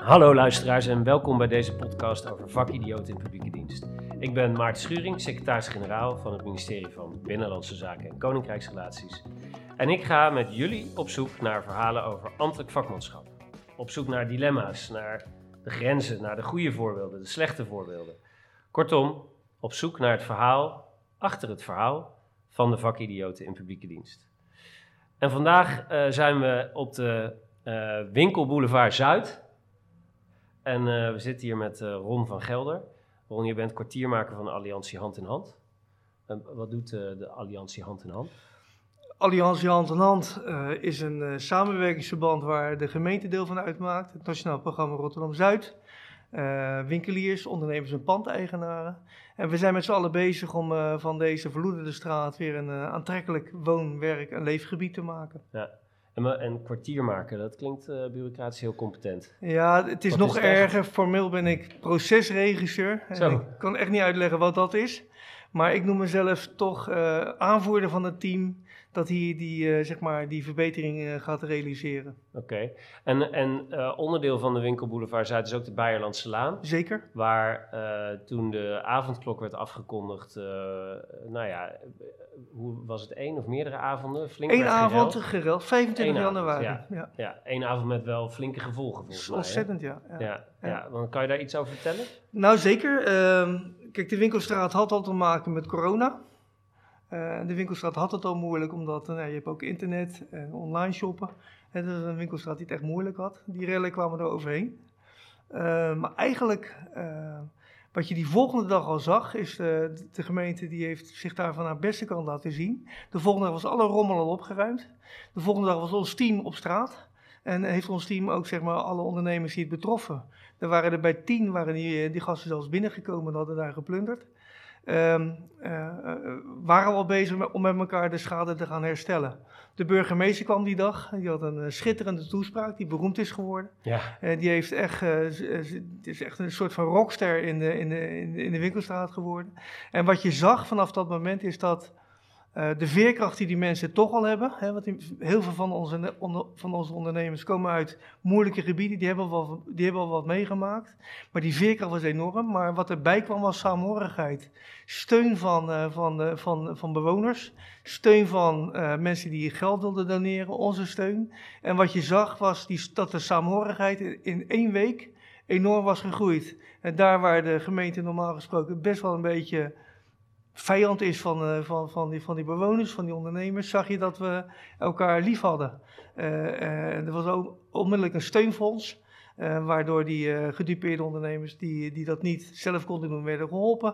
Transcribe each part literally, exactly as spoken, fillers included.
Hallo luisteraars en welkom bij deze podcast over vakidioten in publieke dienst. Ik ben Maarten Schuring, secretaris-generaal van het ministerie van Binnenlandse Zaken en Koninkrijksrelaties. En ik ga met jullie op zoek naar verhalen over ambtelijk vakmanschap. Op zoek naar dilemma's, naar de grenzen, naar de goede voorbeelden, de slechte voorbeelden. Kortom, op zoek naar het verhaal, achter het verhaal van de vakidioten in publieke dienst. En vandaag uh, zijn we op de uh, Winkelboulevard Zuid. En uh, we zitten hier met uh, Ron van Gelder. Ron, je bent kwartiermaker van de Alliantie Hand in Hand. Uh, wat doet uh, de Alliantie Hand in Hand? Alliantie Hand in Hand uh, is een uh, samenwerkingsverband waar de gemeente deel van uitmaakt. Het Nationaal Programma Rotterdam-Zuid. Uh, winkeliers, ondernemers en pandeigenaren. En we zijn met z'n allen bezig om uh, van deze verloederde straat weer een uh, aantrekkelijk woon-, werk- en leefgebied te maken. Ja. En, en kwartiermaker, dat klinkt uh, bureaucratisch heel competent. Ja, het is wat nog is het erger. echt? Formeel ben ik procesregisseur. En ik kan echt niet uitleggen wat dat is. Maar ik noem mezelf toch uh, aanvoerder van het team dat hier die, uh, zeg maar, die verbetering uh, gaat realiseren. Oké. Okay. En, en uh, onderdeel van de Winkelboulevard Zuid is ook de Beierlandse Laan. Zeker. Waar uh, toen de avondklok werd afgekondigd, uh, nou ja, hoe was het, één of meerdere avonden? Flink Eén avond gereld, vijfentwintig januari. Ja, ja. ja, één avond met wel flinke gevolgen volgens mij. Ontzettend, ja. Ja. Ja, ja. ja. Dan kan je daar iets over vertellen? Nou, zeker. Uh, kijk, de winkelstraat had al te maken met corona. Uh, de winkelstraat had het al moeilijk, omdat uh, je hebt ook internet en online shoppen. Het is een winkelstraat die het echt moeilijk had. Die rellen kwamen er overheen. Uh, maar eigenlijk, uh, wat je die volgende dag al zag, is uh, de gemeente die heeft zich daar van haar beste kant laten zien. De volgende dag was alle rommel al opgeruimd. De volgende dag was ons team op straat. En heeft ons team ook, zeg maar, alle ondernemers die het betroffen. Er waren er bij tien, waren die, die gasten zelfs binnengekomen en hadden daar geplunderd. Um, uh, uh, waren we al bezig met, om met elkaar de schade te gaan herstellen. De burgemeester kwam die dag, die had een uh, schitterende toespraak die beroemd is geworden. Ja. Uh, die heeft echt, uh, is echt een soort van rockster in de, in, de, in de winkelstraat geworden. En wat je zag vanaf dat moment is dat uh, de veerkracht die die mensen toch al hebben, hè, want die, heel veel van onze, onder, van onze ondernemers komen uit moeilijke gebieden, die hebben, al wat, die hebben al wat meegemaakt. Maar die veerkracht was enorm, maar wat erbij kwam was saamhorigheid. Steun van, uh, van, uh, van, van bewoners, steun van uh, mensen die geld wilden doneren, onze steun. En wat je zag was die, dat de saamhorigheid in, in één week enorm was gegroeid. En daar waar de gemeente normaal gesproken best wel een beetje vijand is van, uh, van, van, die, van die bewoners, van die ondernemers, zag je dat we elkaar lief hadden. Uh, uh, er was ook onmiddellijk een steunfonds, uh, waardoor die uh, gedupeerde ondernemers die, die dat niet zelf konden doen, werden geholpen.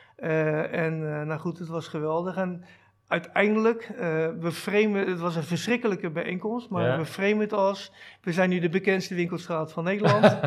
Uh, en uh, nou goed, het was geweldig. En uiteindelijk, uh, we framen, het was een verschrikkelijke bijeenkomst, maar ja. we framen het als, we zijn nu de bekendste winkelstraat van Nederland.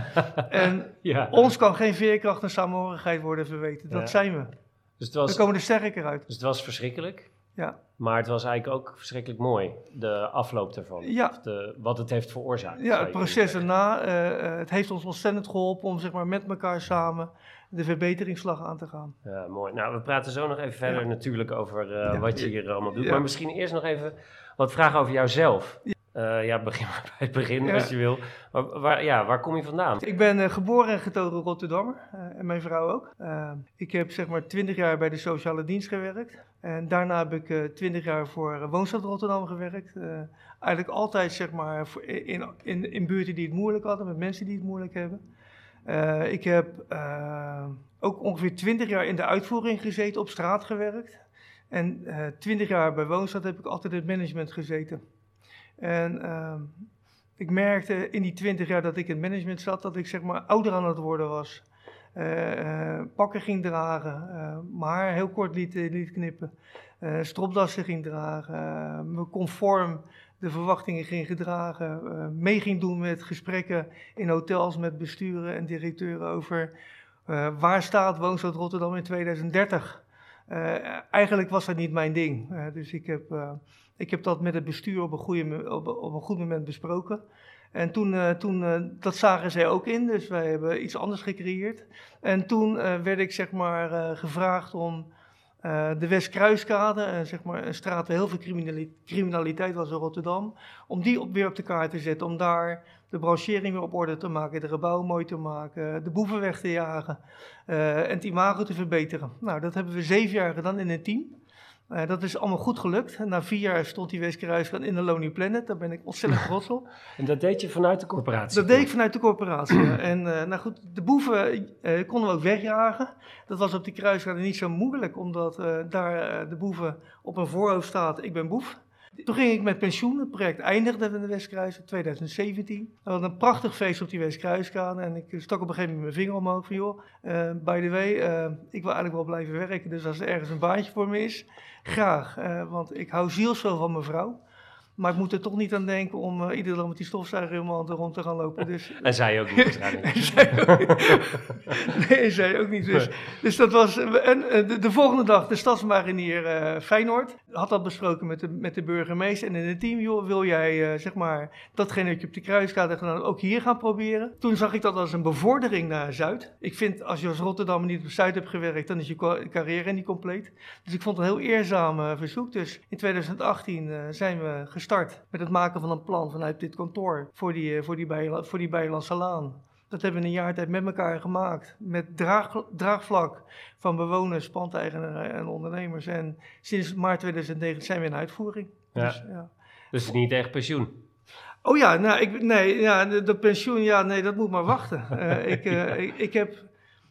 en ja. ons kan geen veerkracht en samenhorigheid worden verweten. Dat ja. zijn we. Dus het was, we komen er sterker uit. Dus het was verschrikkelijk. Ja. Maar het was eigenlijk ook verschrikkelijk mooi, de afloop daarvan. Ja. Of de, wat het heeft veroorzaakt. Ja, het proces erna. Uh, het heeft ons ontzettend geholpen om, zeg maar, met elkaar samen de verbeteringsslag aan te gaan. Ja, mooi. Nou, we praten zo nog even verder ja. natuurlijk over uh, ja. wat je hier allemaal doet. Ja. Maar misschien eerst nog even wat vragen over jouzelf. Ja. Uh, ja, begin maar bij het begin ja. als je wil. Maar, waar, ja, waar kom je vandaan? Ik ben uh, geboren en getogen Rotterdammer. Uh, en mijn vrouw ook. Uh, ik heb zeg maar twintig jaar bij de sociale dienst gewerkt. En daarna heb ik uh, twintig jaar voor uh, Woonstad Rotterdam gewerkt. Uh, eigenlijk altijd zeg maar voor in, in, in buurten die het moeilijk hadden, met mensen die het moeilijk hebben. Uh, ik heb uh, ook ongeveer twintig jaar in de uitvoering gezeten, op straat gewerkt. En uh, twintig jaar bij Woonstad heb ik altijd in het management gezeten. En uh, ik merkte in die twintig jaar dat ik in het management zat, dat ik zeg maar ouder aan het worden was. Uh, uh, pakken ging dragen, uh, mijn haar heel kort liet, liet knippen, uh, stropdassen ging dragen, uh, me conform de verwachtingen ging gedragen, uh, mee ging doen met gesprekken in hotels met besturen en directeuren over uh, waar staat Woonstad Rotterdam in tweeduizend dertig. Uh, eigenlijk was dat niet mijn ding, uh, dus ik heb, uh, ik heb dat met het bestuur op een, goede, op, op een goed moment besproken. En toen, uh, toen uh, dat zagen zij ook in, dus wij hebben iets anders gecreëerd. En toen uh, werd ik zeg maar uh, gevraagd om Uh, de Westkruiskade, uh, zeg maar een straat waar heel veel criminali- criminaliteit was in Rotterdam. Om die op, weer op de kaart te zetten, om daar de branchering weer op orde te maken, de gebouwen mooi te maken, de boeven weg te jagen uh, en het imago te verbeteren. Nou, dat hebben we zeven jaar gedaan in een team. Uh, dat is allemaal goed gelukt. Na vier jaar stond die Westkruiskade in de Lonely Planet. Daar ben ik ontzettend trots op. En dat deed je vanuit de corporatie? Dat deed ik vanuit de corporatie, ja. En uh, nou goed, de boeven uh, konden we ook wegjagen. Dat was op die kruiskade niet zo moeilijk, omdat uh, daar uh, de boeven op een voorhoofd staat, ik ben boef. Toen ging ik met pensioen. Het project eindigde in de Westkruis in twintig zeventien. We hadden een prachtig feest op die Westkruiskade. En ik stak op een gegeven moment mijn vinger omhoog van, joh, uh, by the way, uh, ik wil eigenlijk wel blijven werken. Dus als er ergens een baantje voor me is, graag. Uh, want ik hou zielsveel van mijn vrouw. Maar ik moet er toch niet aan denken om uh, iedere dag met die stofzuiger in mijn hand rond te gaan lopen. Dus, en zij ook niet waarschijnlijk. en zij ook niet. Nee, zij ook niet. Dus, dus dat was... En, de, de volgende dag, de stadsmarinier uh, Feyenoord had dat besproken met de, met de burgemeester en in het team. Joh, wil jij, uh, zeg maar, datgene dat je op de Kruiskade gedaan ook hier gaan proberen? Toen zag ik dat als een bevordering naar Zuid. Ik vind, als je als Rotterdammer niet op Zuid hebt gewerkt, dan is je carrière niet compleet. Dus ik vond het een heel eerzaam uh, verzoek. Dus in twintig achttien uh, zijn we gestart. Start met het maken van een plan vanuit dit kantoor voor die, voor die, Bijla, voor die Bijlandse Laan. Dat hebben we in een jaar tijd met elkaar gemaakt. Met draag, draagvlak van bewoners, pandeigenaren en ondernemers. En sinds maart twintig negentien zijn we in uitvoering. Ja. Dus, ja. dus het is niet echt pensioen? Oh ja, nou, ik, nee, ja, de, de pensioen, ja, nee, dat moet maar wachten. uh, ik, uh, ik, ik heb...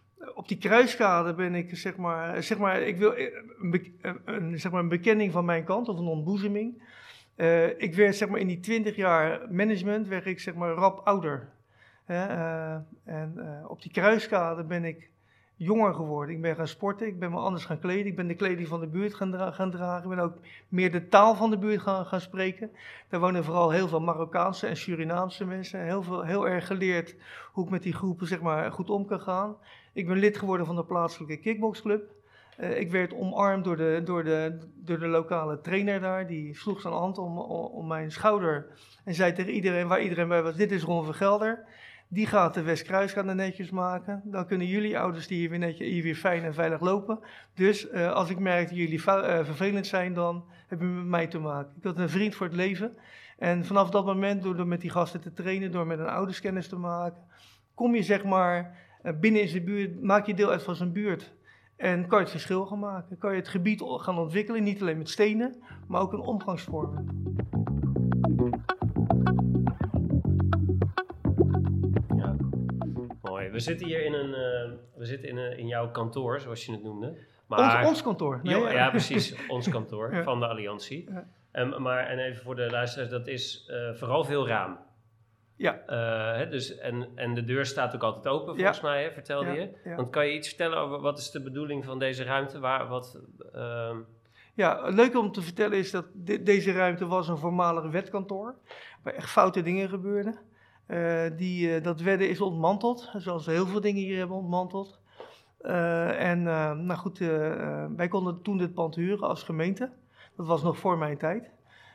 Op die Kruiskade ben ik, zeg maar, zeg maar, ik wil een, een, zeg maar een bekenning van mijn kant, of een ontboezeming. Uh, ik werd, zeg maar, in die twintig jaar management, werd ik, zeg maar, rap ouder. Uh, uh, en uh, op die Kruiskade ben ik jonger geworden. Ik ben gaan sporten, ik ben me anders gaan kleden. Ik ben de kleding van de buurt gaan, dra- gaan dragen. Ik ben ook meer de taal van de buurt gaan, gaan spreken. Daar wonen vooral heel veel Marokkaanse en Surinaamse mensen. Heel, veel, heel erg geleerd hoe ik met die groepen, zeg maar, goed om kan gaan. Ik ben lid geworden van de plaatselijke kickboxclub. Uh, ik werd omarmd door de, door, de, door de lokale trainer daar. Die sloeg zijn hand om, om, om mijn schouder en zei tegen iedereen, waar iedereen bij was, dit is Ron Vergelder. Die gaat de Westkruiskade netjes maken. Dan kunnen jullie ouders die hier weer, netje, hier weer fijn en veilig lopen. Dus uh, als ik merk dat jullie uh, vervelend zijn, dan hebben we met mij te maken. Ik had een vriend voor het leven. En vanaf dat moment, door, door met die gasten te trainen, door met een ouderskennis te maken, kom je, zeg maar, uh, binnen in zijn buurt, maak je deel uit van zijn buurt. En kan je het verschil gaan maken. Kan je het gebied gaan ontwikkelen, niet alleen met stenen, maar ook in omgangsvormen. Ja, mooi. We zitten hier in, een, uh, we zitten in, een, in jouw kantoor, zoals je het noemde. Maar, ons, ons kantoor. Nee, jo, ja. ja, precies. Ons kantoor ja. van de Alliantie. Ja. Um, maar, en even voor de luisteraars, dat is uh, vooral veel raam. Ja. Uh, hè, dus, en, en de deur staat ook altijd open, volgens ja. mij, hè, vertelde ja. je. Ja. Want kan je iets vertellen over wat is de bedoeling van deze ruimte? Waar, wat, uh... Ja, leuk om te vertellen is dat de, deze ruimte was een voormalig wetkantoor, waar echt foute dingen gebeurden. Uh, die, uh, dat wedden is ontmanteld, zoals we heel veel dingen hier hebben ontmanteld. Uh, en uh, nou goed, uh, uh, wij konden toen dit pand huren als gemeente. Dat was nog voor mijn tijd.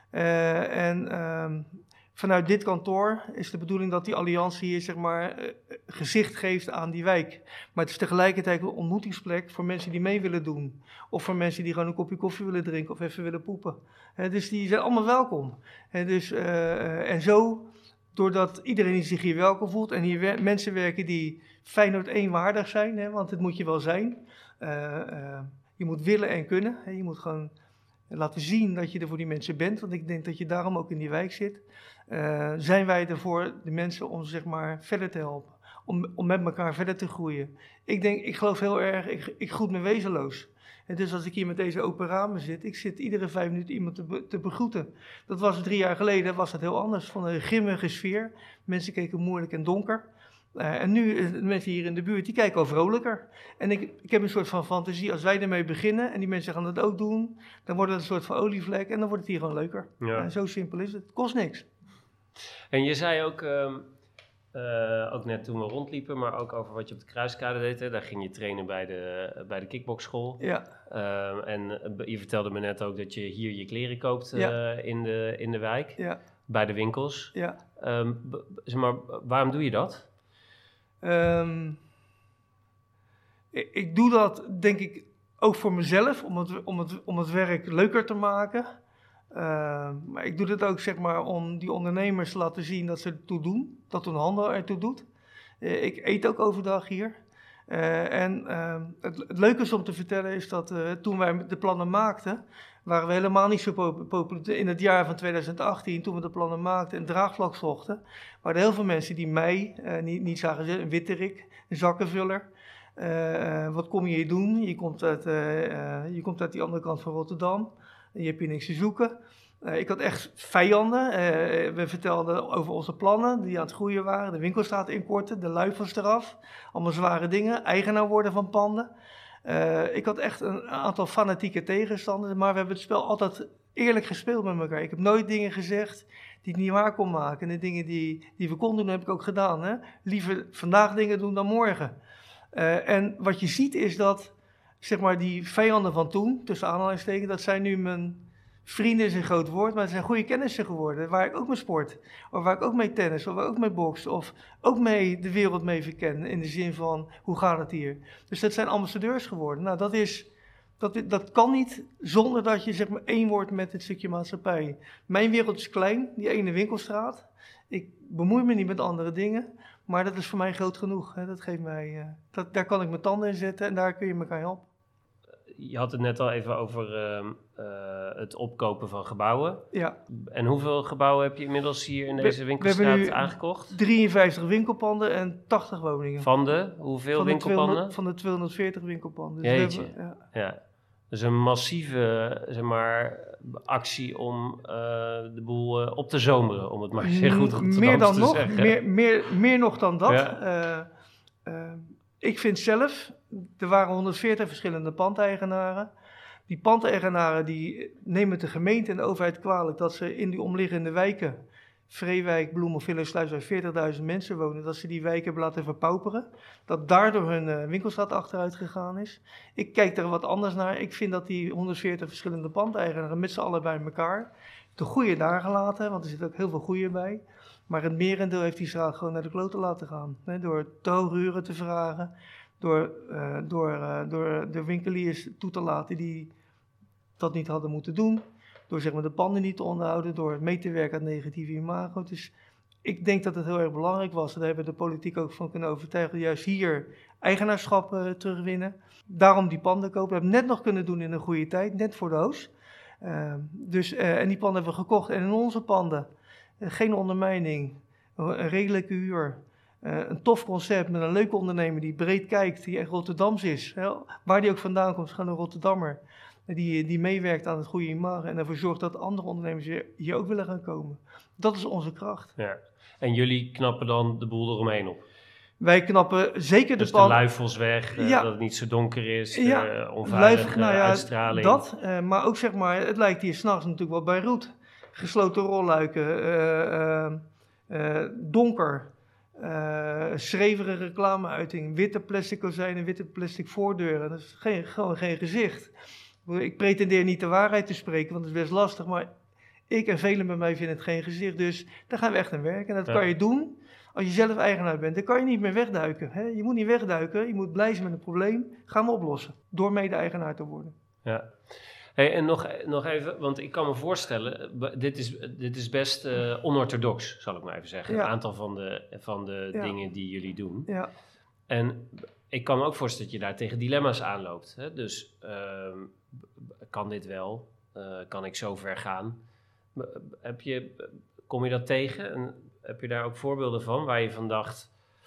Uh, en uh, vanuit dit kantoor is de bedoeling dat die alliantie hier, zeg maar, uh, gezicht geeft aan die wijk. Maar het is tegelijkertijd een ontmoetingsplek voor mensen die mee willen doen. Of voor mensen die gewoon een kopje koffie willen drinken of even willen poepen. Uh, dus die zijn allemaal welkom. Uh, dus, uh, uh, en zo, doordat iedereen zich hier welkom voelt en hier wer- mensen werken die Feyenoord één waardig zijn, hè, want het moet je wel zijn. Uh, uh, je moet willen en kunnen. Hè, je moet gewoon laten zien dat je er voor die mensen bent, want ik denk dat je daarom ook in die wijk zit. Uh, zijn wij er voor de mensen om, zeg maar, verder te helpen, om, om met elkaar verder te groeien. Ik denk, ik geloof heel erg, ik, ik groet me wezenloos. En dus als ik hier met deze open ramen zit, ik zit iedere vijf minuten iemand te, be, te begroeten. Dat was drie jaar geleden, was dat heel anders, van een grimmige sfeer. Mensen keken moeilijk en donker. Uh, en nu, uh, de mensen hier in de buurt, die kijken al vrolijker. En ik, ik heb een soort van fantasie, als wij ermee beginnen en die mensen gaan dat ook doen, dan wordt het een soort van olievlek en dan wordt het hier gewoon leuker. Ja. Uh, zo simpel is het. Het kost niks. En je zei ook, um, uh, ook net toen we rondliepen, maar ook over wat je op de Kruiskade deed. Hè? Daar ging je trainen bij de, bij de kickboxschool. Ja. Uh, en uh, je vertelde me net ook dat je hier je kleren koopt uh, ja. in, de, in de wijk, ja. bij de winkels. Ja. Um, b- zeg maar, waarom doe je dat? Um, ik, ik doe dat, denk ik, ook voor mezelf, om het, om het, om het werk leuker te maken. Uh, maar ik doe dit ook zeg maar om die ondernemers te laten zien dat ze ertoe doen. Dat hun handel ertoe doet. Uh, ik eet ook overdag hier. Uh, en uh, het, het leuke is om te vertellen is dat uh, toen wij de plannen maakten, waren we helemaal niet zo populair. In het jaar van twintig achttien, toen we de plannen maakten en draagvlak zochten, waren er heel veel mensen die mij uh, niet, niet zagen zitten. Een witterik, een zakkenvuller. Uh, wat kom je hier doen? Je komt, uit, uh, uh, je komt uit die andere kant van Rotterdam. Je hebt hier niks te zoeken. Uh, ik had echt vijanden. Uh, we vertelden over onze plannen die aan het groeien waren. De winkelstraat inkorten, de luifels eraf. Allemaal zware dingen. Eigenaar worden van panden. Uh, ik had echt een aantal fanatieke tegenstanders. Maar we hebben het spel altijd eerlijk gespeeld met elkaar. Ik heb nooit dingen gezegd die ik niet waar kon maken. En de dingen die, die we konden doen, heb ik ook gedaan. Hè? Liever vandaag dingen doen dan morgen. Uh, en wat je ziet is dat, zeg maar, die vijanden van toen, tussen aanhalingstekens, dat zijn nu mijn vrienden, is een groot woord, maar het zijn goede kennissen geworden, waar ik ook mee sport, of waar ik ook mee tennis, of waar ik ook mee bokst, of ook mee de wereld mee verken, in de zin van, hoe gaat het hier? Dus dat zijn ambassadeurs geworden. Nou, dat is, dat, dat kan niet zonder dat je, zeg maar, één wordt met dit stukje maatschappij. Mijn wereld is klein, die ene winkelstraat. Ik bemoei me niet met andere dingen. Maar dat is voor mij groot genoeg. Hè. Dat geeft mij, uh, dat, daar kan ik mijn tanden in zetten en daar kun je elkaar helpen. Je had het net al even over uh, uh, het opkopen van gebouwen. Ja. En hoeveel gebouwen heb je inmiddels hier in deze winkelstraat we aangekocht? drieënvijftig winkelpanden en tachtig woningen. Van de hoeveel van de winkelpanden? tweehonderd, van de tweehonderdveertig winkelpanden. Dus Jeetje. we hebben, ja. ja. Dus een massieve, zeg maar, actie om uh, de boel uh, op te zomeren, om het maar zeer goed Rotterdams meer dan te nog, zeggen. Meer, meer, meer nog dan dat. Ja. Uh, uh, ik vind zelf, er waren honderdveertig verschillende pandeigenaren. Die pandeigenaren die nemen de gemeente en de overheid kwalijk dat ze in die omliggende wijken, Vreewijk, Bloemen, Villersluis, waar veertigduizend mensen wonen, dat ze die wijken hebben laten verpauperen. Dat daardoor hun uh, winkelstraat achteruit gegaan is. Ik kijk er wat anders naar. Ik vind dat die honderdveertig verschillende pandeigenaren met z'n allen bij elkaar de goede daar gelaten, want er zit ook heel veel goede bij. Maar het merendeel heeft die straat gewoon naar de kloten laten gaan. Hè, door te hoge huren te vragen, door, uh, door, uh, door de winkeliers toe te laten die dat niet hadden moeten doen. Door, zeg maar, de panden niet te onderhouden, door mee te werken aan het negatieve imago. Dus ik denk dat het heel erg belangrijk was. Daar hebben we de politiek ook van kunnen overtuigen. Juist hier eigenaarschap uh, terugwinnen. Daarom die panden kopen. We hebben het net nog kunnen doen in een goede tijd, net voor de hoos. Uh, dus, uh, en die panden hebben we gekocht. En in onze panden, uh, geen ondermijning, een redelijke huur. Uh, een tof concept met een leuke ondernemer die breed kijkt, die echt Rotterdams is. Hè? Waar die ook vandaan komt, is gewoon een Rotterdammer. Die, die meewerkt aan het goede imago en ervoor zorgt dat andere ondernemers hier, hier ook willen gaan komen. Dat is onze kracht. Ja. En jullie knappen dan de boel eromheen op? Wij knappen zeker dus de pand. de luifels weg, uh, ja. dat het niet zo donker is, ja. uh, onveilige Luif, nou ja, uitstraling. Dat, uh, maar ook zeg maar, het lijkt hier s'nachts natuurlijk wel Beirut. Gesloten rolluiken, uh, uh, uh, donker, uh, schreeuwerige reclameuiting, witte plastic kozijnen, witte plastic voordeuren. Dat is geen, gewoon geen gezicht. Ik pretendeer niet de waarheid te spreken, want het is best lastig, maar ik en velen bij mij vinden het geen gezicht, dus daar gaan we echt aan werken. En dat ja. kan je doen als je zelf eigenaar bent. Dan kan je niet meer wegduiken. Hè? Je moet niet wegduiken, je moet blij zijn met een probleem, gaan we oplossen, door mede-eigenaar te worden. Ja. Hey, en nog, nog even, want ik kan me voorstellen, dit is, dit is best uh, onorthodox, zal ik maar even zeggen. Ja. Een aantal van de, van de ja. dingen die jullie doen. Ja. En ik kan me ook voorstellen dat je daar tegen dilemma's aanloopt. Hè? Dus uh, kan dit wel? Uh, kan ik zo ver gaan? Heb je, kom je dat tegen? En heb je daar ook voorbeelden van waar je van dacht,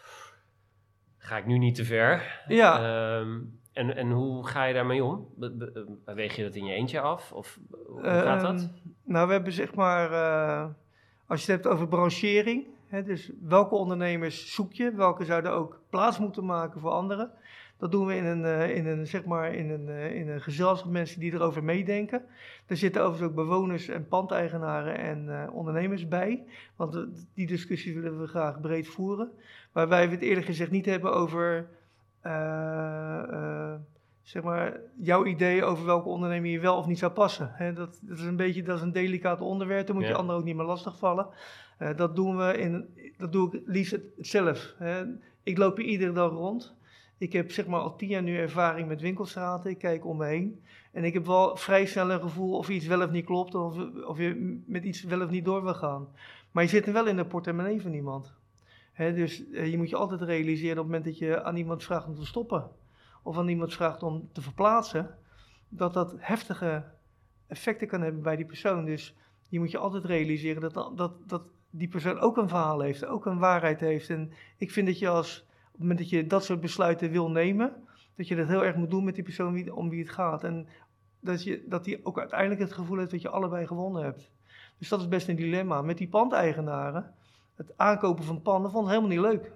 ga ik nu niet te ver? Ja. Uh, en, en hoe ga je daarmee om? Be, be, weeg je dat in je eentje af? Of hoe uh, gaat dat? Um, nou, we hebben zeg maar, uh, als je het hebt over branchering, hè, dus welke ondernemers zoek je? Welke zouden ook plaats moeten maken voor anderen? Dat doen we in een, uh, in een, zeg maar, in een, uh, in een gezelschap mensen die erover meedenken. Er zitten overigens ook bewoners en pandeigenaren en uh, ondernemers bij. Want uh, die discussie willen we graag breed voeren. Waarbij we het eerlijk gezegd niet hebben over uh, uh, zeg maar, jouw idee over welke ondernemer je wel of niet zou passen. He, dat, dat is een beetje, dat is een delicaat onderwerp, daar moet ja. je anderen ook niet meer lastigvallen. Uh, dat doen we in, dat doe ik liefst zelf. He. Ik loop hier iedere dag rond. Ik heb zeg maar al tien jaar nu ervaring met winkelstraten. Ik kijk om me heen. En ik heb wel vrij snel een gevoel of iets wel of niet klopt. Of, of je met iets wel of niet door wil gaan. Maar je zit er wel in de portemonnee van iemand. He, dus uh, je moet je altijd realiseren op het moment dat je aan iemand vraagt om te stoppen. Of aan iemand vraagt om te verplaatsen. Dat dat heftige effecten kan hebben bij die persoon. Dus je moet je altijd realiseren dat, dat, dat die persoon ook een verhaal heeft. Ook een waarheid heeft. En ik vind dat je als... Op het moment dat je dat soort besluiten wil nemen, dat je dat heel erg moet doen met die persoon wie, om wie het gaat. En dat, je, dat die ook uiteindelijk het gevoel heeft dat je allebei gewonnen hebt. Dus dat is best een dilemma. Met die pandeigenaren, het aankopen van panden vond ik helemaal niet leuk.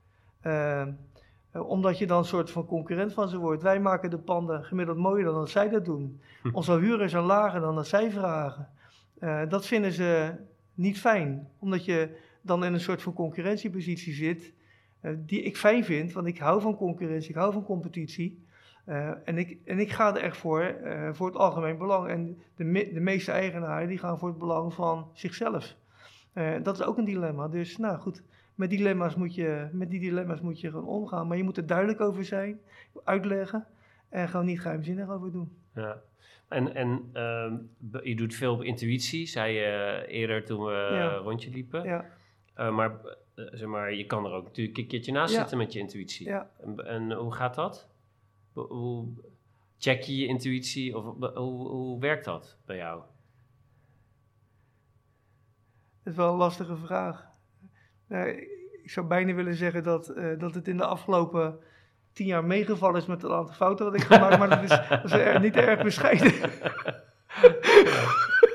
Uh, omdat je dan een soort van concurrent van ze wordt. Wij maken de panden gemiddeld mooier dan dat zij dat doen. Onze huren zijn lager dan dat zij vragen. Uh, dat vinden ze niet fijn, omdat je dan in een soort van concurrentiepositie zit. Uh, die ik fijn vind, want ik hou van concurrentie, ik hou van competitie. Uh, en, ik, en ik ga er echt voor, uh, voor het algemeen belang. En de, me, de meeste eigenaren die gaan voor het belang van zichzelf. Uh, dat is ook een dilemma. Dus nou goed, met, dilemma's moet je, met die dilemma's moet je gewoon omgaan. Maar je moet er duidelijk over zijn, uitleggen en gewoon niet geheimzinnig over doen. Ja. En, en uh, je doet veel op intuïtie, zei je eerder toen we ja. rondje liepen. Ja. Uh, maar, uh, zeg maar je kan er ook natuurlijk een keertje naast ja. zitten met je intuïtie. Ja. En, en hoe gaat dat? Hoe check je je intuïtie? Of hoe, hoe werkt dat bij jou? Dat is wel een lastige vraag. Uh, ik zou bijna willen zeggen dat, uh, dat het in de afgelopen tien jaar meegevallen is met het aantal fouten wat ik heb gemaakt, maar dat is, dat is er, niet erg bescheiden. Ja.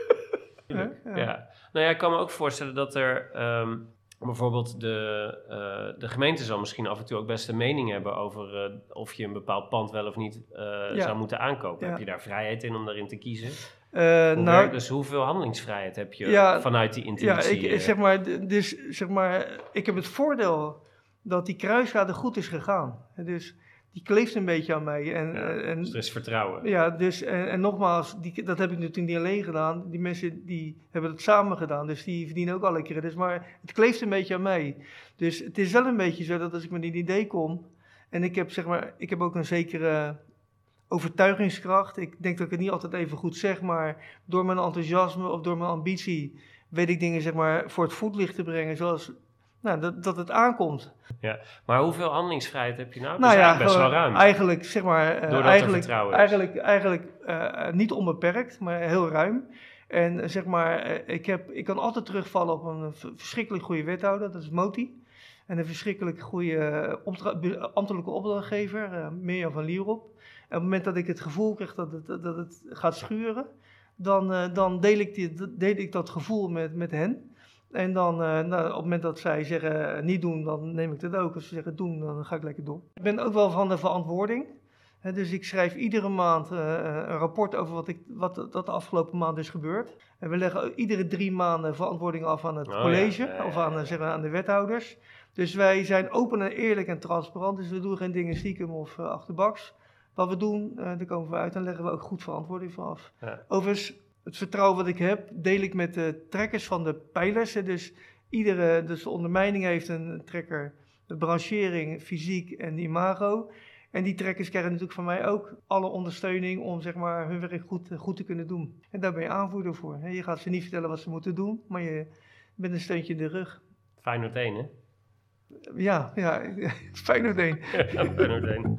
Ja. Ja. Nou ja, ik kan me ook voorstellen dat er um, bijvoorbeeld de, uh, de gemeente zal misschien af en toe ook best een mening hebben over uh, of je een bepaald pand wel of niet uh, ja. zou moeten aankopen. Ja. Heb je daar vrijheid in om daarin te kiezen? Uh, Hoe nou, dus hoeveel handelingsvrijheid heb je ja, vanuit die intuïtie? Ja, ik, zeg maar, dus, zeg maar, ik heb het voordeel dat die kruisgaande goed is gegaan. Dus die kleeft een beetje aan mij. En, ja, en, dus er is vertrouwen. Ja, dus, en, en nogmaals, die, dat heb ik natuurlijk niet alleen gedaan. Die mensen die hebben het samen gedaan, dus die verdienen ook alle credits. Maar het kleeft een beetje aan mij. Dus het is wel een beetje zo dat als ik met een idee kom, en ik heb, zeg maar, ik heb ook een zekere overtuigingskracht. Ik denk dat ik het niet altijd even goed zeg, maar door mijn enthousiasme of door mijn ambitie weet ik dingen, zeg maar, voor het voetlicht te brengen, zoals nou, dat, dat het aankomt. Ja, maar hoeveel handelingsvrijheid heb je nou? Nou dat is ja, best wel ruim. Eigenlijk, zeg maar, uh, eigenlijk, eigenlijk, eigenlijk uh, niet onbeperkt, maar heel ruim. En uh, zeg maar, uh, ik, heb, ik kan altijd terugvallen op een v- verschrikkelijk goede wethouder, dat is Moti. En een verschrikkelijk goede opdra- ambtelijke opdrachtgever, uh, Mirjam van Lierop. En op het moment dat ik het gevoel krijg dat het, dat het gaat schuren, dan, uh, dan deel, ik die, deel ik dat gevoel met, met hen. En dan, uh, nou, op het moment dat zij zeggen uh, niet doen, dan neem ik dat ook. Als ze zeggen doen, dan ga ik lekker door. Ik ben ook wel van de verantwoording. He, dus ik schrijf iedere maand uh, een rapport over wat, ik, wat dat de afgelopen maand is gebeurd. En we leggen iedere drie maanden verantwoording af aan het oh, college, ja. Ja, ja, ja. of aan, uh, zeg maar, aan de wethouders. Dus wij zijn open en eerlijk en transparant. Dus we doen geen dingen stiekem of uh, achterbaks. Wat we doen, uh, daar komen we uit en leggen we ook goed verantwoording voor af. Ja. Overigens, het vertrouwen wat ik heb, deel ik met de trekkers van de pijlers. Dus iedere, dus de ondermijning heeft een trekker, de branchering, fysiek en imago. En die trekkers krijgen natuurlijk van mij ook alle ondersteuning om, zeg maar, hun werk goed, goed te kunnen doen. En daar ben je aanvoerder voor. Je gaat ze niet vertellen wat ze moeten doen, maar je bent een steuntje in de rug. Feyenoord één, hè? Ja, ja, Feyenoord één. Ja, Feyenoord één.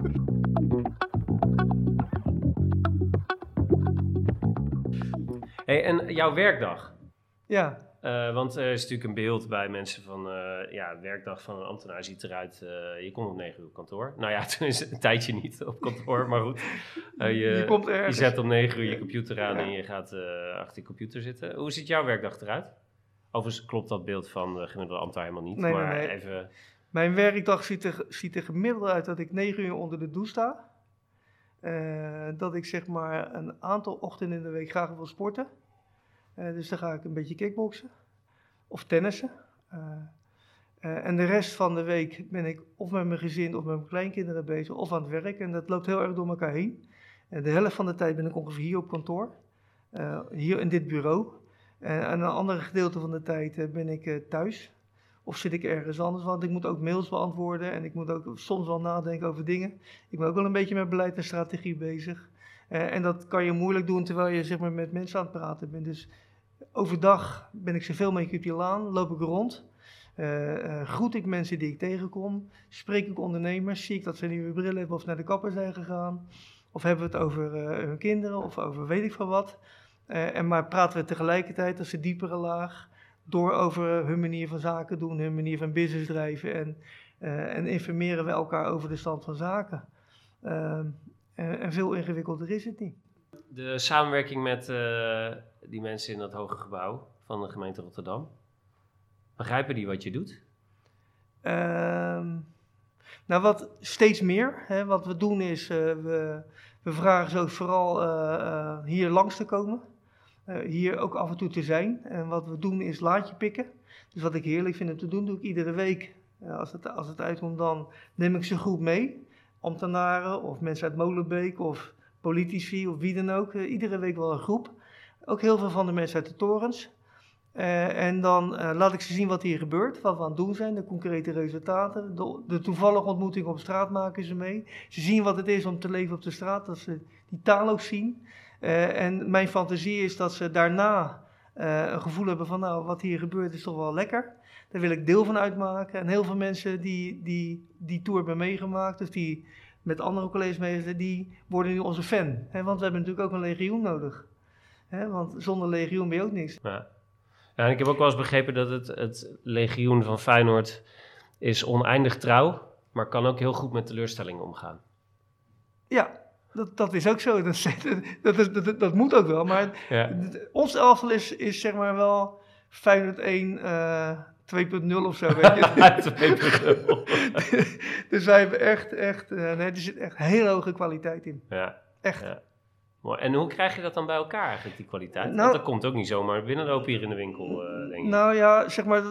Hey, en jouw werkdag? Ja. Uh, want er is natuurlijk een beeld bij mensen van, uh, ja, werkdag van een ambtenaar ziet eruit, uh, je komt om negen uur op kantoor. Nou ja, toen is het een tijdje niet op kantoor, maar goed. Uh, je, je, komt je zet om negen uur je computer aan ja. en je gaat uh, achter je computer zitten. Hoe ziet jouw werkdag eruit? Overigens klopt dat beeld van de gemiddelde ambtenaar helemaal niet, nee, maar nee, nee. even... Mijn werkdag ziet er, ziet er gemiddeld uit dat ik negen uur onder de douche sta. Uh, dat ik, zeg maar, een aantal ochtenden in de week graag wil sporten. Uh, dus dan ga ik een beetje kickboksen of tennissen. Uh, uh, en de rest van de week ben ik of met mijn gezin of met mijn kleinkinderen bezig of aan het werk. En dat loopt heel erg door elkaar heen. Uh, de helft van de tijd ben ik ongeveer hier op kantoor, uh, hier in dit bureau. Uh, en een andere gedeelte van de tijd uh, ben ik uh, thuis. of zit ik ergens anders? Want ik moet ook mails beantwoorden en ik moet ook soms wel nadenken over dingen. Ik ben ook wel een beetje met beleid en strategie bezig. Uh, en dat kan je moeilijk doen terwijl je zeg maar, met mensen aan het praten bent. Dus overdag ben ik zoveel mogelijk op die laan, loop ik rond. Uh, uh, groet ik mensen die ik tegenkom. Spreek ik ondernemers. Zie ik dat ze een nieuwe bril hebben of naar de kapper zijn gegaan. Of hebben we het over uh, hun kinderen of over weet ik veel wat. Uh, en maar praten we tegelijkertijd, dat is de diepere laag, door over hun manier van zaken doen, hun manier van business drijven. En, uh, en informeren we elkaar over de stand van zaken. Uh, en, en veel ingewikkelder is het niet. De samenwerking met uh, die mensen in dat hoge gebouw van de gemeente Rotterdam. Begrijpen die wat je doet? Uh, nou, wat steeds meer. Hè, wat we doen is, uh, we, we vragen ze ook vooral uh, uh, hier langs te komen. Uh, hier ook af en toe te zijn. En wat we doen is laadje pikken. Dus wat ik heerlijk vind om te doen, doe ik iedere week. Uh, als, het, als het uitkomt, dan neem ik ze goed mee. Ambtenaren of mensen uit Molenbeek of politici of wie dan ook. Uh, iedere week wel een groep. Ook heel veel van de mensen uit de torens. Uh, en dan uh, laat ik ze zien wat hier gebeurt, wat we aan het doen zijn, de concrete resultaten. De, de toevallige ontmoeting op straat maken ze mee. Ze zien wat het is om te leven op de straat, dat ze die taal ook zien. Uh, en mijn fantasie is dat ze daarna uh, een gevoel hebben van, nou, wat hier gebeurt is toch wel lekker. Daar wil ik deel van uitmaken. En heel veel mensen die die, die tour hebben meegemaakt, of die met andere collega's mee, die worden nu onze fan. Hè? Want we hebben natuurlijk ook een legioen nodig. Hè? Want zonder legioen ben je ook niks. Ja. Ja, en ik heb ook wel eens begrepen dat het, het legioen van Feyenoord is oneindig trouw, maar kan ook heel goed met teleurstellingen omgaan. Ja, dat, dat is ook zo. Dat, dat, dat, dat, dat moet ook wel. Maar ja. Ons elftal is, is zeg maar wel Feyenoord één, uh, twee punt nul of zo. Weet je? twee punt nul. Dus wij hebben echt, echt, uh, nee, er zit echt hele hoge kwaliteit in. Ja. Echt. Ja. En hoe krijg je dat dan bij elkaar eigenlijk, die kwaliteit? Nou, Want dat komt ook niet zomaar binnenlopen hier in de winkel, uh, denk ik. Nou ja, zeg maar,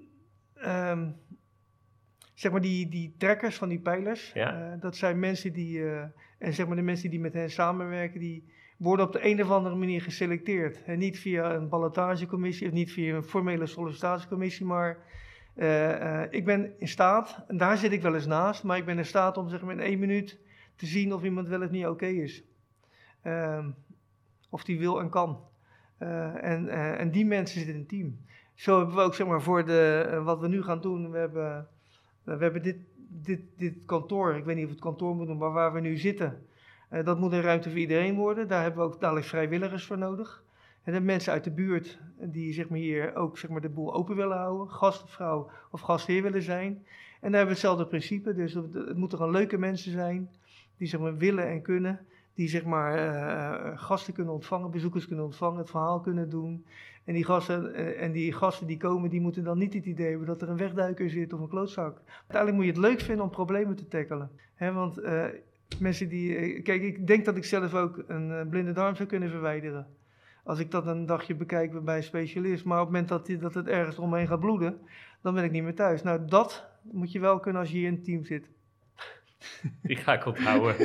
um, zeg maar die, die trekkers van die pijlers, ja. uh, dat zijn mensen die, uh, en zeg maar de mensen die met hen samenwerken, die worden op de een of andere manier geselecteerd. En niet via een ballotagecommissie of niet via een formele sollicitatiecommissie, maar uh, uh, ik ben in staat, en daar zit ik wel eens naast, maar ik ben in staat om zeg maar in één minuut te zien of iemand wel of niet oké is. Uh, of die wil en kan. Uh, en, uh, en die mensen zitten in een team. Zo hebben we ook, zeg maar, voor de, uh, wat we nu gaan doen, we hebben, uh, we hebben dit, dit, dit kantoor, ik weet niet of het kantoor moet doen, maar waar we nu zitten, uh, dat moet een ruimte voor iedereen worden. Daar hebben we ook dadelijk vrijwilligers voor nodig. En de mensen uit de buurt die zeg maar, hier ook zeg maar, de boel open willen houden, gastvrouw of gastheer willen zijn. En daar hebben we hetzelfde principe, dus het, het moeten gewoon leuke mensen zijn, die zeg maar, willen en kunnen. Die zeg maar uh, gasten kunnen ontvangen, bezoekers kunnen ontvangen, het verhaal kunnen doen. En die, gasten, uh, en die gasten die komen, die moeten dan niet het idee hebben dat er een wegduiker zit of een klootzak. Uiteindelijk moet je het leuk vinden om problemen te tackelen. He, want uh, mensen die... Uh, kijk, ik denk dat ik zelf ook een uh, blinde darm zou kunnen verwijderen. Als ik dat een dagje bekijk bij een specialist. Maar op het moment dat, die, dat het ergens omheen gaat bloeden, dan ben ik niet meer thuis. Nou, dat moet je wel kunnen als je hier in een team zit. Die ga ik onthouden.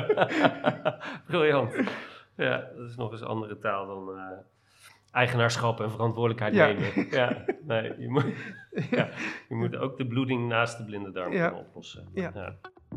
Briljant. Ja, dat is nog eens andere taal dan uh, eigenaarschap en verantwoordelijkheid ja. nemen. Ja, nee, je moet, ja, je moet ook de bloeding naast de blinde darm ja. kunnen oplossen. Ja. Ja.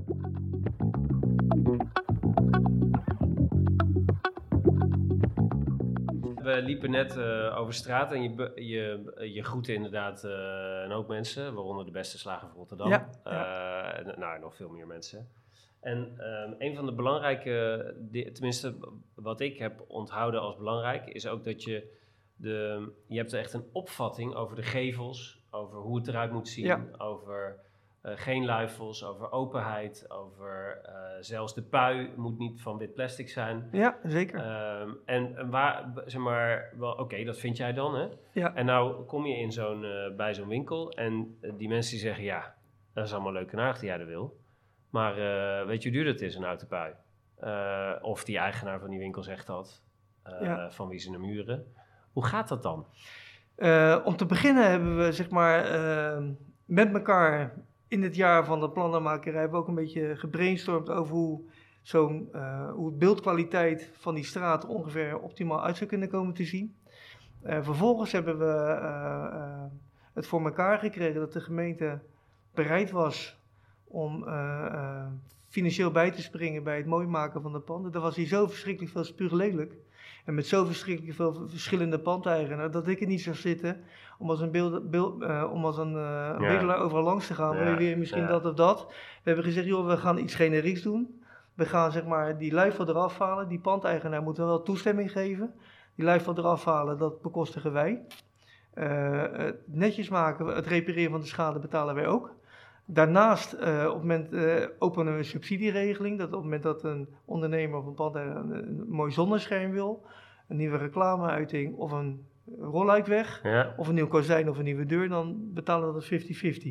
We liepen net uh, over straat en je, je, je groette inderdaad uh, een hoop mensen, waaronder de beste slager van Rotterdam. Ja, ja. Uh, en, nou, nog veel meer mensen. En um, een van de belangrijke, tenminste wat ik heb onthouden als belangrijk, is ook dat je, de, je hebt echt een opvatting over de gevels, over hoe het eruit moet zien, ja. over uh, geen luifels, over openheid, over uh, zelfs de pui moet niet van wit plastic zijn. Ja, zeker. Um, en, en waar, zeg maar, wel, oké, okay, dat vind jij dan, hè? Ja. En nou kom je in zo'n, uh, bij zo'n winkel en uh, die mensen die zeggen, ja, dat is allemaal leuk en aardig die jij dat wil. Maar uh, weet je hoe duur dat is, een houten pui? Uh, of die eigenaar van die winkel zegt dat, uh, ja. van wie ze hem huren. Hoe gaat dat dan? Uh, om te beginnen hebben we zeg maar uh, met elkaar in het jaar van de plannenmakerij hebben we ook een beetje gebrainstormd over hoe, zo'n, uh, hoe het beeldkwaliteit van die straat ongeveer optimaal uit zou kunnen komen te zien. Uh, vervolgens hebben we uh, uh, het voor elkaar gekregen dat de gemeente bereid was om uh, uh, financieel bij te springen bij het mooi maken van de panden. Er was hier zo verschrikkelijk veel spuuglelijk. En met zo verschrikkelijk veel verschillende pandeigenaren, dat ik er niet zou zitten om als een, beeld, beeld, uh, om als een uh, ja. bedelaar overal langs te gaan. Ja. Wil je weer misschien ja. dat of dat? We hebben gezegd, joh, we gaan iets generieks doen. We gaan zeg maar die luifel eraf halen. Die pandeigenaar moet wel toestemming geven. Die luifel eraf halen, dat bekostigen wij. Uh, het netjes maken, het repareren van de schade betalen wij ook. Daarnaast uh, op het moment, uh, openen we een subsidieregeling. Dat op het moment dat een ondernemer of een pandeigenaar een, een mooi zonnescherm wil, een nieuwe reclameuiting of een rolluikweg, ja. of een nieuw kozijn of een nieuwe deur, dan betalen we dat vijftig vijftig.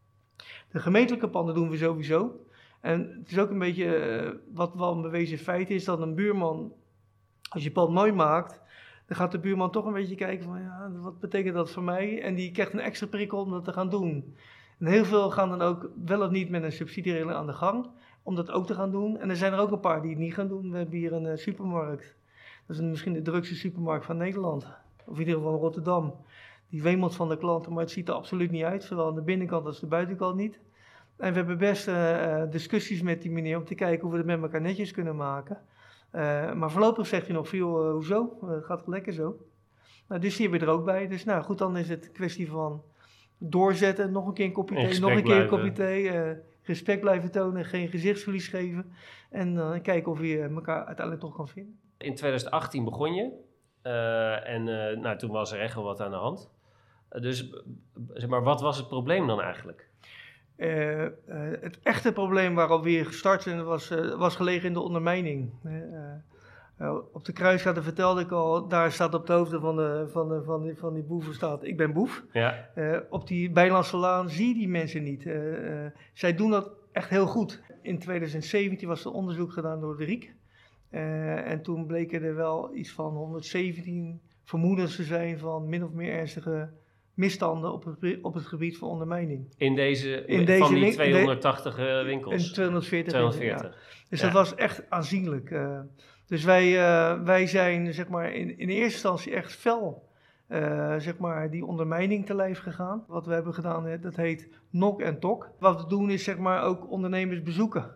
De gemeentelijke panden doen we sowieso. En het is ook een beetje, uh, wat wel een bewezen feit is, dat een buurman, als je pand mooi maakt, dan gaat de buurman toch een beetje kijken van, ja, wat betekent dat voor mij? En die krijgt een extra prikkel om dat te gaan doen. En heel veel gaan dan ook wel of niet met een subsidieregeling aan de gang, om dat ook te gaan doen. En er zijn er ook een paar die het niet gaan doen. We hebben hier een uh, supermarkt. Dat is een, misschien de drukste supermarkt van Nederland. Of in ieder geval Rotterdam. Die wemelt van de klanten, maar het ziet er absoluut niet uit. Zowel aan de binnenkant als de buitenkant niet. En we hebben best uh, discussies met die meneer om te kijken hoe we het met elkaar netjes kunnen maken. Uh, maar voorlopig zegt hij nog veel, uh, hoezo? Uh, gaat het lekker zo? Nou, dus die hebben we er ook bij. Dus nou goed, dan is het een kwestie van doorzetten. Nog een keer een kopje thee, nog een keer een kopje thee. Uh, respect blijven tonen, geen gezichtsverlies geven. En uh, kijken of je elkaar uiteindelijk toch kan vinden. In twintig achttien begon je. Uh, en uh, nou, toen was er echt wel wat aan de hand. Uh, dus zeg maar, wat was het probleem dan eigenlijk? Uh, uh, het echte probleem waarop we gestart zijn was, uh, was gelegen in de ondermijning. Uh, uh, op de Kruiskade vertelde ik al, daar staat op de hoofden van, de, van, de, van, die, van die boeven staat, ik ben boef. Ja. Uh, op die Bijlandse Laan zie je die mensen niet. Uh, uh, zij doen dat echt heel goed. In twintig zeventien was er onderzoek gedaan door de R I C. Uh, en toen bleken er wel iets van honderdzeventien vermoedens te zijn van min of meer ernstige misstanden op het, op het gebied van ondermijning. In deze, in deze van die tweehonderdtachtig de, winkels? In tweehonderdveertig. tweehonderdveertig. Winkels, ja. Dus ja. Dat was echt aanzienlijk. Uh, dus wij, uh, wij zijn zeg maar, in, in eerste instantie echt fel uh, zeg maar, die ondermijning te lijf gegaan. Wat we hebben gedaan, hè, dat heet Nok en Tok. Wat we doen is zeg maar, ook ondernemers bezoeken.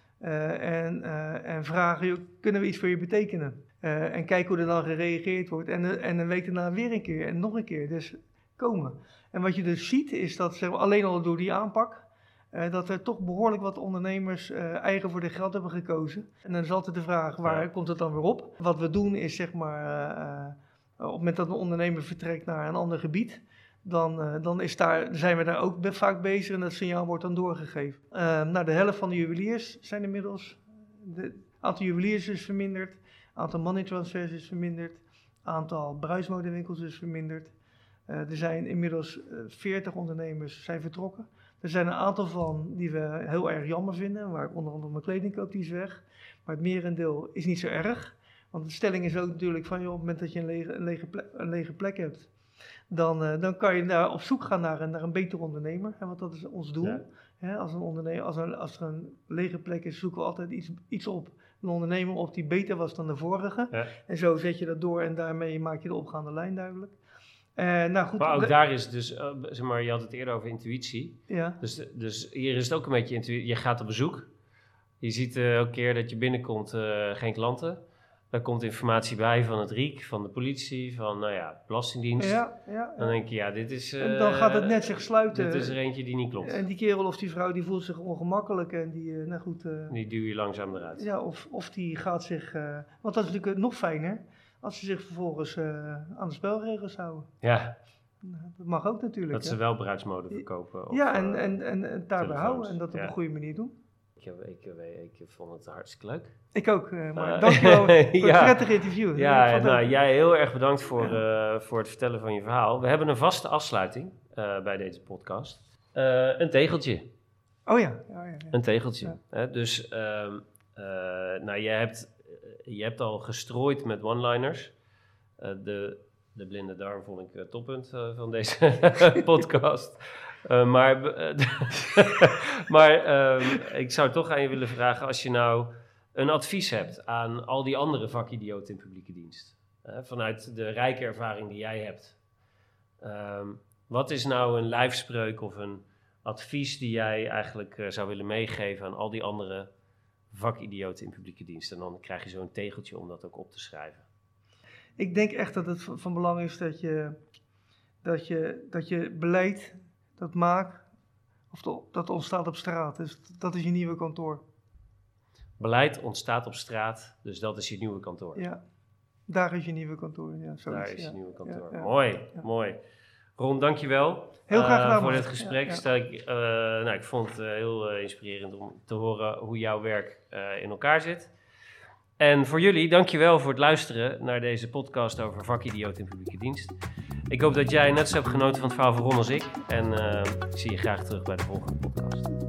Uh, en, uh, en vragen, joh, kunnen we iets voor je betekenen? Uh, en kijken hoe er dan gereageerd wordt. En, uh, en een week daarna weer een keer en nog een keer. Dus komen. En wat je dus ziet is dat zeg maar, alleen al door die aanpak, uh, dat er toch behoorlijk wat ondernemers uh, eigen voor de geld hebben gekozen. En dan is altijd de vraag, waar ja. komt het dan weer op? Wat we doen is zeg maar, uh, op het moment dat een ondernemer vertrekt naar een ander gebied, dan, uh, dan is daar, zijn we daar ook vaak bezig en dat signaal wordt dan doorgegeven. Uh, nou, de helft van de juweliers zijn inmiddels, het aantal juweliers is verminderd, het aantal money transfers is verminderd, het aantal bruismodewinkels is verminderd. Uh, er zijn inmiddels uh, veertig ondernemers zijn vertrokken. Er zijn een aantal van die we heel erg jammer vinden, waar ik onder andere mijn kleding koop, die is weg. Maar het merendeel is niet zo erg. Want de stelling is ook natuurlijk van, joh, op het moment dat je een lege, een lege, plek, een lege plek hebt, dan, uh, dan kan je daar op zoek gaan naar een, naar een betere ondernemer. Hè, want dat is ons doel. Ja. Hè, als, een ondernemer, als, een, als er een lege plek is, zoeken we altijd iets, iets op. Een ondernemer op die beter was dan de vorige. Ja. En zo zet je dat door en daarmee maak je de opgaande lijn duidelijk. Uh, nou goed, maar ook de, daar is dus, uh, zeg maar, je had het eerder over intuïtie. Ja. Dus, dus hier is het ook een beetje intuïtie. Je gaat op bezoek. Je ziet uh, elke keer dat je binnenkomt uh, geen klanten. Daar komt informatie bij van het R I C, van de politie, van nou ja, Belastingdienst. Ja, ja, ja. Dan denk je, ja, dit is... Uh, en dan gaat het net zich sluiten. Dit is er eentje die niet klopt. En die kerel of die vrouw die voelt zich ongemakkelijk en die, uh, nou goed... Uh, die duw je langzaam eruit. Ja, of, of die gaat zich... Uh, want dat is natuurlijk nog fijner, als ze zich vervolgens uh, aan de spelregels houden. Ja. Dat mag ook natuurlijk. Dat hè? ze wel bruidsmode verkopen. Of, ja, en, en, en, en daarbij houden en dat op ja. een goede manier doen. Ik, ik, ik, ik vond het hartstikke leuk. Ik ook, uh, maar uh, dankjewel voor het ja. prettige interview. Ja, nou, jij heel erg bedankt voor, ja. uh, voor het vertellen van je verhaal. We hebben een vaste afsluiting uh, bij deze podcast. Uh, een tegeltje. Oh ja. Oh, ja, ja. Een tegeltje. Ja. Hè? Dus uh, uh, nou, je, hebt, je hebt al gestrooid met one-liners. Uh, de, de blinde darm vond ik uh, toppunt uh, van deze podcast. Uh, maar maar uh, ik zou toch aan je willen vragen, als je nou een advies hebt aan al die andere vakidioten in publieke dienst, uh, vanuit de rijke ervaring die jij hebt, uh, Wat is nou een lijfspreuk of een advies die jij eigenlijk uh, zou willen meegeven aan al die andere vakidioten in publieke dienst? En dan krijg je zo'n tegeltje om dat ook op te schrijven. Ik denk echt dat het van belang is dat je, dat je, dat je beleid, dat maakt, of de, dat ontstaat op straat. Dus dat is je nieuwe kantoor. Beleid ontstaat op straat, dus dat is je nieuwe kantoor. Ja, daar is je nieuwe kantoor. Ja, zoiets, daar is ja. je nieuwe kantoor. Ja, ja. Mooi, ja. mooi. Ron, dankjewel. Heel graag gedaan. Uh, voor man. dit gesprek. Ja, ja. Stel ik, uh, nou, ik vond het uh, heel uh, inspirerend om te horen hoe jouw werk uh, in elkaar zit. En voor jullie, dankjewel voor het luisteren naar deze podcast over vakidioten in publieke dienst. Ik hoop dat jij net zo hebt genoten van het verhaal van Ron als ik. En uh, ik zie je graag terug bij de volgende podcast.